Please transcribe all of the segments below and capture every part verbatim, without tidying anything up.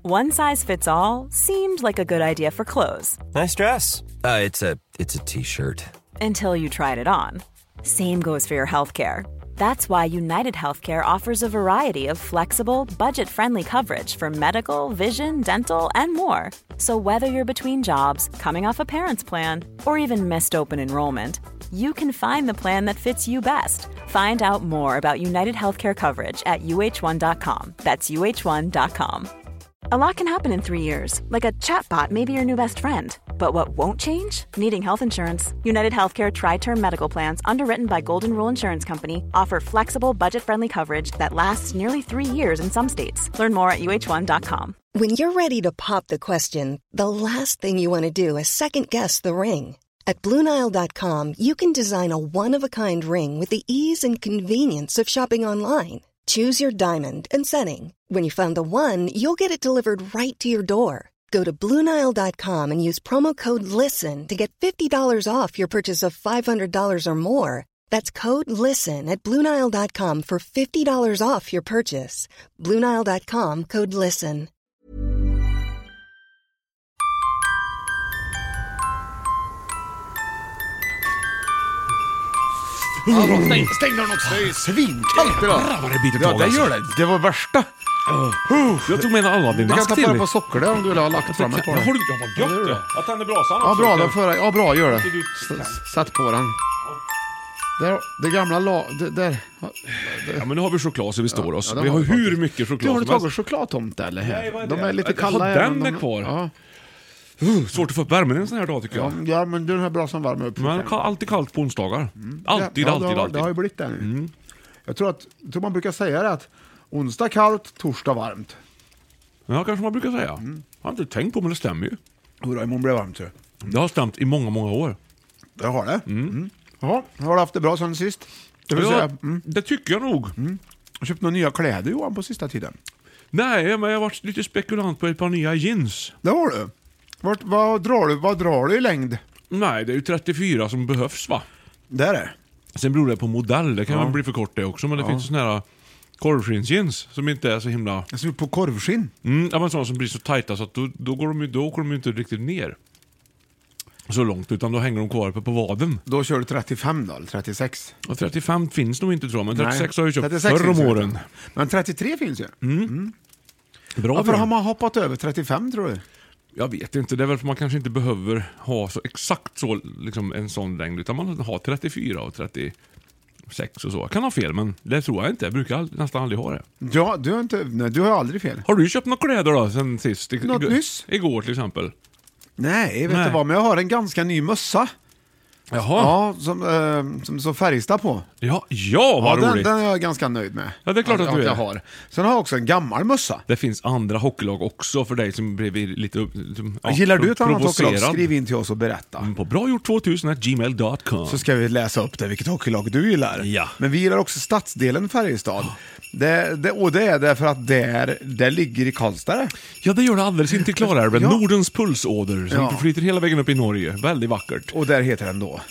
One size fits all seemed like a good idea for clothes. Nice dress. Uh, it's a it's a t-shirt. Until you tried it on. Same goes for your healthcare. That's why United Healthcare offers a variety of flexible, budget-friendly coverage for medical, vision, dental, and more. So whether you're between jobs, coming off a parent's plan, or even missed open enrollment, you can find the plan that fits you best. Find out more about United Healthcare coverage at U H one dot com. That's U H one dot com. A lot can happen in three years, like a chatbot may be your new best friend. But what won't change? Needing health insurance. United Healthcare Tri-Term Medical Plans, underwritten by Golden Rule Insurance Company, offer flexible, budget-friendly coverage that lasts nearly three years in some states. Learn more at U H one dot com. When you're ready to pop the question, the last thing you want to do is second-guess the ring. At Blue Nile dot com, you can design a one-of-a-kind ring with the ease and convenience of shopping online. Choose your diamond and setting. When you find the one, you'll get it delivered right to your door. Go to Blue Nile dot com and use promo code LISTEN to get fifty dollars off your purchase of five hundred dollars or more. That's code LISTEN at Blue Nile dot com for fifty dollars off your purchase. Blue Nile dot com, code LISTEN. Ja, stäng, stäng den också, det är svinkallt idag. Vad det blir Ja, tag, det alltså. gör det. Det var värsta. Uh, jag tog med alla din Du kan mask ta till på dig. det på socker där om du vill ha lagt fram ett par. Ja, har du, ja, vad Ja, det gött gör det. det. Jag tänder brasan Ja, också. bra, den för, ja, bra, gör det. Så du- S- Sätt på den. Där, det gamla la... Det, där. Ja, men nu har vi choklad så vi står oss. Ja, det vi har vi hur faktiskt. mycket Du, choklad har du som helst. tagit chokladtomt eller? Här? Nej, vad är De det? är lite Jag kalla har här, den men är de- kvar. Ja. Uh, svårt att få upp värmen en sån här dag tycker Ja, jag. ja, men den här bra som värmer upp. Men ka- alltid kallt på onsdagar. Alltid, ja, alltid, det har, alltid. Det har ju blivit det nu. Jag tror att jag tror man brukar säga det att onsdag kallt, torsdag varmt. Ja, kanske man brukar säga. Jag har inte tänkt på men det stämmer ju. Hurra, imorgon blir det varmt, tror jag. Det har stämt i många, många år. Det har det. Mm. Ja, har du haft det bra sen sist? Det, vill Ja, säga, mm. det tycker jag nog. Har du köpt några nya kläder, Johan, på sista tiden? Nej, men jag har varit lite spekulant på ett par nya jeans. Det har du. Vart, vad, drar du, vad drar du i längd? Nej, det är ju trettiofyra som behövs va? Det är det. Sen beror det på modell, det kan Ja. väl bli för kort det också. Men det Ja. finns ju såna här korvskinsjeans som inte är så himla... Jag är på korvskinn. Mm, ja, men sådana som blir så tajta så att då, då, går de, ju- då åker de ju inte riktigt ner så långt, utan då hänger de kvar på, på vaden. Då kör du trettiofem då, eller trettiosex? Och trettiofem finns nog inte tror jag, men trettiosex Nej, har jag köpt trettiosex förr om finns ju åren. inte. Men trettiotre finns ju. Bra Varför för har man hoppat över trettiofem, tror du? Jag vet inte, det är väl för man kanske inte behöver ha så exakt så liksom en sån längd, utan man har trettiofyra och trettiosex och så. Jag kan ha fel, men det tror jag inte. Jag brukar all, nästan aldrig ha det. Ja, du har, inte, nej, du har aldrig fel. Har du köpt några kläder då sen sist? I, Något i, nyss? Igår till exempel. Nej, vet Nej. du vad? Men jag har en ganska ny mössa. Jaha. Ja, som, eh, som så Färjestad på. Ja, ja vad Ja, den, roligt. den är jag ganska nöjd med. Ja, det är klart att du är. jag har. Sen har jag också en gammal mössa. Det finns andra hockeylag också för dig som blev lite upp, som, ja, Gillar du ett annat provocerad. hockeylag? Skriv in till oss och berätta. Mm, På bragjort tvåtusen at gmail dot com. Så ska vi läsa upp det, vilket hockeylag du gillar. Ja. Men vi gillar också stadsdelen Färjestad. Det, det, och det är därför att där, där ligger i Karlstad. Ja, det gör det alldeles in till Klarälven. Ja. Nordens pulsåder som Ja. flyter hela vägen upp i Norge. Väldigt vackert. Och där heter den då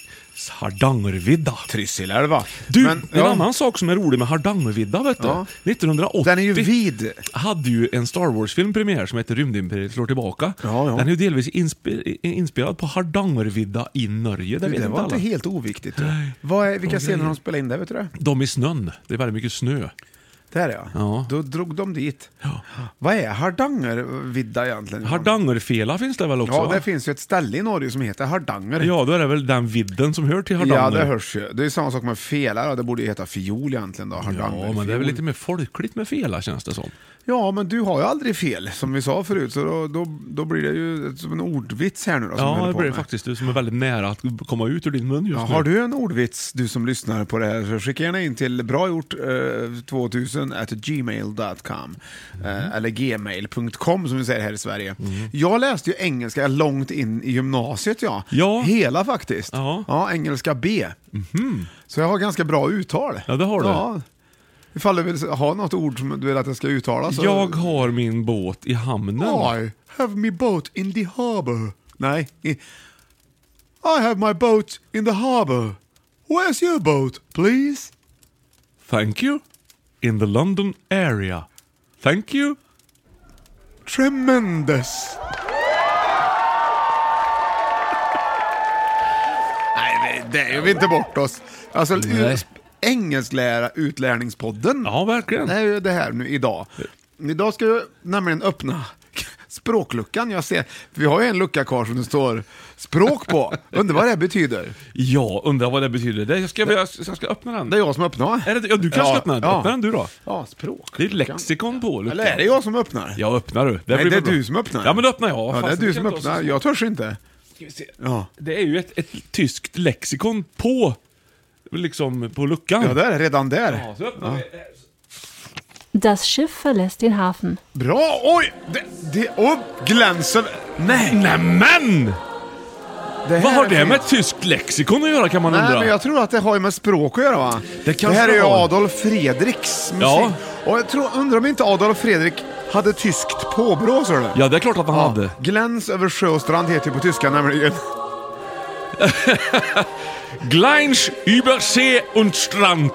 Hardangervidda. Trysilälva. Du, Men, en ja, annan sak som är rolig med Hardangervidda, vet du. Ja. nittonhundraåttio den är ju vid. hade ju en Star Wars-film premiär som heter Rymdimperiet slår tillbaka. Ja, ja. Den är ju delvis inspe- inspelad på Hardangervidda i Norge. Det, Det, vet det inte var alla. inte helt oviktigt. Då. Vad är, vilka Ja, scener grejer. de spelar in där, vet du det? De i snön. Det är väldigt mycket snö. Där ja. Ja. Då drog de dit. Ja. Vad är Hardangervidda egentligen? Hardangerfela finns det väl också? Ja, va? det finns ju ett ställe i Norge som heter Hardanger. Ja, då är det väl den vidden som hör till Hardanger. Ja, det hörs ju. Det är samma sak med fela, det borde ju heta fiol egentligen då, Hardanger. Ja, men det är väl fiol. lite mer folkligt med fela, känns det som. Ja, men du har ju aldrig fel, som vi sa förut, så då, då, då blir det ju som en ordvits här nu då. Som vi Ja, håller det på blir det med. faktiskt. Du som är väldigt nära att komma ut ur din mun just Ja, nu. har du en ordvits, du som lyssnar på det här, så skicka gärna in till bragjort tvåtusen at gmail dot com eh, eller gmail punkt com som vi säger här i Sverige. Jag läste ju engelska långt in i gymnasiet, ja. Ja. Hela faktiskt. Ja. Ja, engelska B. Så jag har ganska bra uttal. Ja, det har du. Ja. Ifall du vill ha något ord som du vill att jag ska uttala så... Jag har min båt i hamnen. I have my boat in the harbor. Nej. I, I have my boat in the harbor. Where's your boat, please? Thank you. In the London area. Thank you. Tremendous. Nej, det, det är vi inte bort oss. Alltså, Nej. engelsklära utlärningspodden. Ja, verkligen. Det är ju det här nu idag. Idag ska jag nämligen öppna språkluckan. Jag ser, vi har ju en lucka kvar som det står språk på. Undrar vad det betyder. Ja, undrar vad det betyder. Det, jag, ska, jag, jag ska öppna den. Det är jag som öppnar. Är det, ja, du kanske Ja, ska öppna den. ja. Öppna den du då. Ja, språk. Det är ett lexikon på luckan. Eller är det jag som öppnar? Jag öppnar du. Nej, blir det är bra. du som öppnar. Ja, men då öppnar jag. Ja, det är Fast du kan som inte vara öppnar. så- Jag törs inte. Ska vi se. Ja. Det är ju ett, ett tyskt lexikon på liksom på luckan. Ja, det är redan där. Ja, så öppnar vi. Das Schiff verlässt den Hafen. Bra! Oj! Det, det, oh, glänser. Nej! Nämen! Det här Vad har är det fint. med tyskt lexikon att göra kan man Nej, undra? men jag tror att det har ju med språk att göra, va? Det kanske här är ju det har. Adolf Fredriks musik. Ja. Och jag tror, undrar om inte Adolf Fredrik hade tyskt påbrå, så du? Ja, det är klart att han hade. Gläns över sjö och strand heter ju på tyska nämligen. Gleins über See und Strand.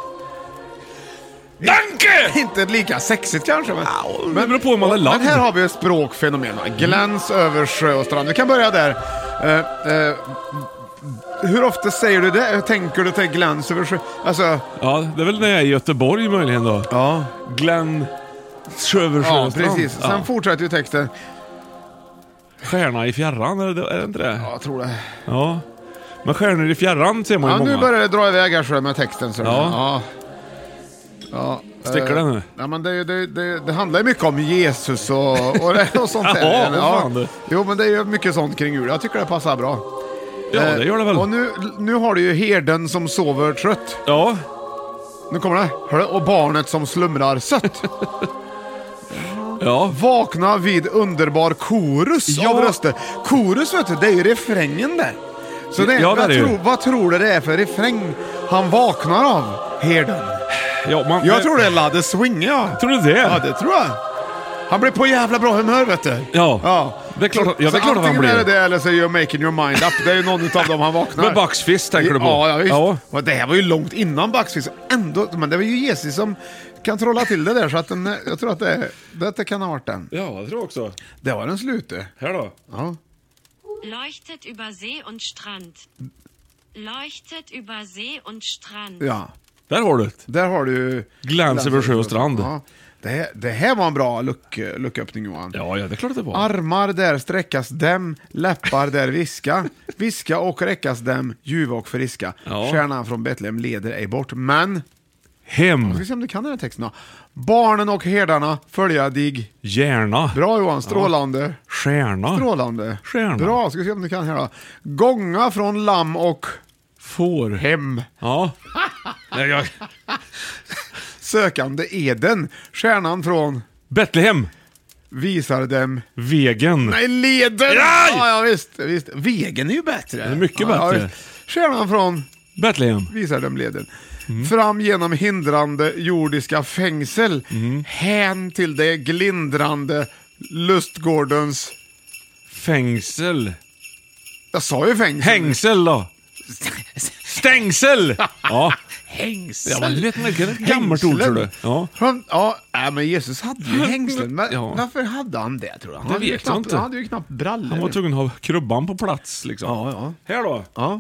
Danke! Inte lika sexigt kanske, men... Det beror på om man är Men lagd. här har vi ett språkfenomen, va? Gläns över sjö och strand. Vi kan börja där. Eh, eh, hur ofta säger du det? Hur tänker du till gläns över sjö? Alltså... Ja, det är väl när jag är i Göteborg möjligen då. Ja. Glenn Sjöver Ja, precis. Sen Ja. fortsätter ju texten. Stjärna i fjärran, är det, är det inte det? Ja, jag tror det. Ja. Men stjärnor i fjärran ser man ju Ja, många. nu börjar det dra iväg här så med texten. Så Ja. ja. Ja. Sticker eh, den nu? Ja, men det, det, det, det handlar ju mycket om Jesus och, och, det, och sånt där. Ja, vad fan du. Jo, men det är ju mycket sånt kring jul. Jag tycker det passar bra. Ja, det gör det väl. Och nu, nu har du ju herden som sover trött. Ja. Nu kommer det. Hör du? Och barnet som slumrar sött. Ja. Vakna vid underbar korus Ja. av röster. Korus, vet du, det är ju refrängen där. Så det, Ja, det är vad, det ju. tror, vad tror du det är för refräng han vaknar av, herden? Ja, man, Jag tror det är Ladde Swinge, ja. Tror du det? Ja, det tror jag. Han blir på jävla bra humör, vet du. Ja. Ja. Det är klart, att- ja, det Så är klart att han antingen är det blir. det eller så är you're making your mind up. Det är ju någon utav dem han vaknar. Med Bucks Fizz tänker du på? Ja, ja visst. Ja. Och det här var ju långt innan Bucks Fizz. Ändå, men det var ju Jesus som kan trolla till det där. Så att den, jag tror att det, det kan ha varit den. Ja, jag tror också. Det var den slute. Här då. Ja. Leuchtet über See und Strand. Leuchtet über See und Strand. Ja. Där har du det. Där har du... Glans över sjö och strand. Ja. Det, här, det här var en bra luck, lucköppning, Johan. Ja, ja, det är klart att det var. Armar där sträckas dem, läppar där viska. Viska och räckas dem, ljuva och friska. Ja. Stjärnan från Betlehem leder ej bort. Men, Hem. vi ska se om du kan den här texten då. Barnen och herdarna följa dig. Gärna. Bra Johan, strålande. Stjärna. Strålande. Stjärna. Bra, ska vi se om du kan här då. Gånga från lamm och Får. hem. Ja. Nej, jag... Sökande Eden. Stjärnan från Betlehem. visar dem. Vägen. Nej, leder! Nej! Ja, ja visst, visst. Vägen är ju bättre. Det är mycket ja, bättre. Ja, visst. Stjärnan från Betlehem. visar dem leden. Mm. Fram genom hindrande jordiska fängsel. Mm. Hän till det glindrande lustgårdens... Fängsel. Jag sa ju fängsel. Hängsel då. Stängsel. Ja. Hängsel. Ja, men du vet, det är ett gammalt ord, tror du. Ja. Han, ja, nej, men Jesus hade ju hängslen. Men Ja. varför hade han det, tror jag? Han Det hade ju vet jag knappt, inte. Han hade ju knappt brallor. Han var tvungen att ha krubban på plats liksom. Ja, ja. Här då. Ja.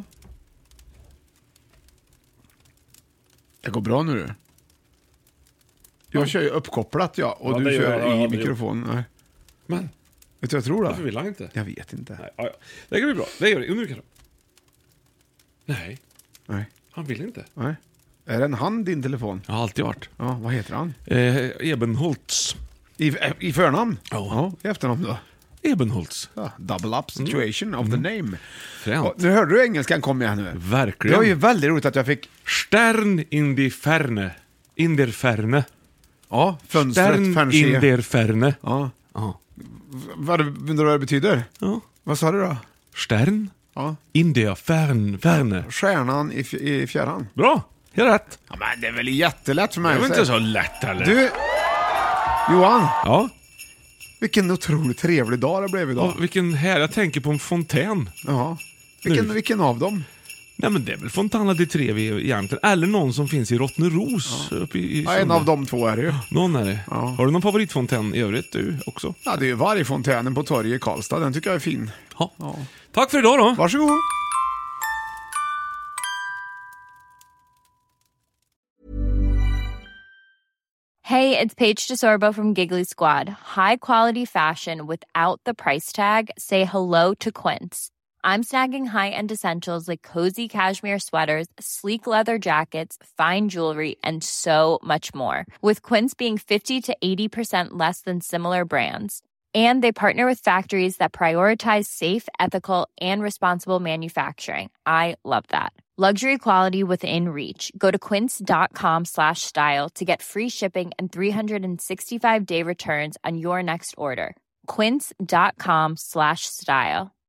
Det går bra nu, du. Jag kör ju uppkopplat, ja. Och Ja, du det kör gör jag i aldrig mikrofonen. Nej. Men Vet du vad jag tror då? varför vill han inte? Jag vet inte. Nej, ja, ja. Det kan bli bra. Det gör det. Nu kan du. Nej, Nej. han vill inte. Nej. Är det en han, din telefon? Jag har alltid varit. Ja, vad heter han? Eh, Ebenholtz. I, I förnamn? Ja. I efternamn då? Ebenholtz. Ja, double up situation of the name. Fränt. Och, nu hörde du engelskan kom igen nu. Det Verkligen. var ju väldigt roligt att jag fick... Stern in die Ferne. In der Ferne. Ja, fönstret, Stern in färnsche. der Ferne. Ja. Ja. Vad, undrar du vad det betyder? Ja. Vad sa du då? Stern Ja. in der Fern, Ferne. Stjärnan i, f- i fjärran. Bra, helt rätt. Ja, men det är väl jättelätt för mig Det var att inte säga. så lätt heller. Du, Johan, Ja. vilken otroligt trevlig dag det blev idag. Och vilken här, jag tänker på en fontän. Ja. Vilken, Nu. vilken av dem? Nej, men det är väl Fontana di Trevi egentligen. Eller någon som finns i Rottneros. Ja. Uppe i, i ja, en av de två är det ju. Någon är det. Ja. Har du någon favoritfontän i övrigt du också? Ja, det är ju Vargfontänen på torget i Karlstad. Den tycker jag är fin. Ja. Ja. Tack för idag då. Varsågod. Hey, it's Paige DeSorbo from Giggly Squad. High quality fashion without the price tag. Say hello to Quince. I'm snagging high-end essentials like cozy cashmere sweaters, sleek leather jackets, fine jewelry, and so much more. With Quince being fifty to eighty percent less than similar brands. And they partner with factories that prioritize safe, ethical, and responsible manufacturing. I love that. Luxury quality within reach. Go to quince.com slash style to get free shipping and three sixty-five day returns on your next order. Quince.com slash style.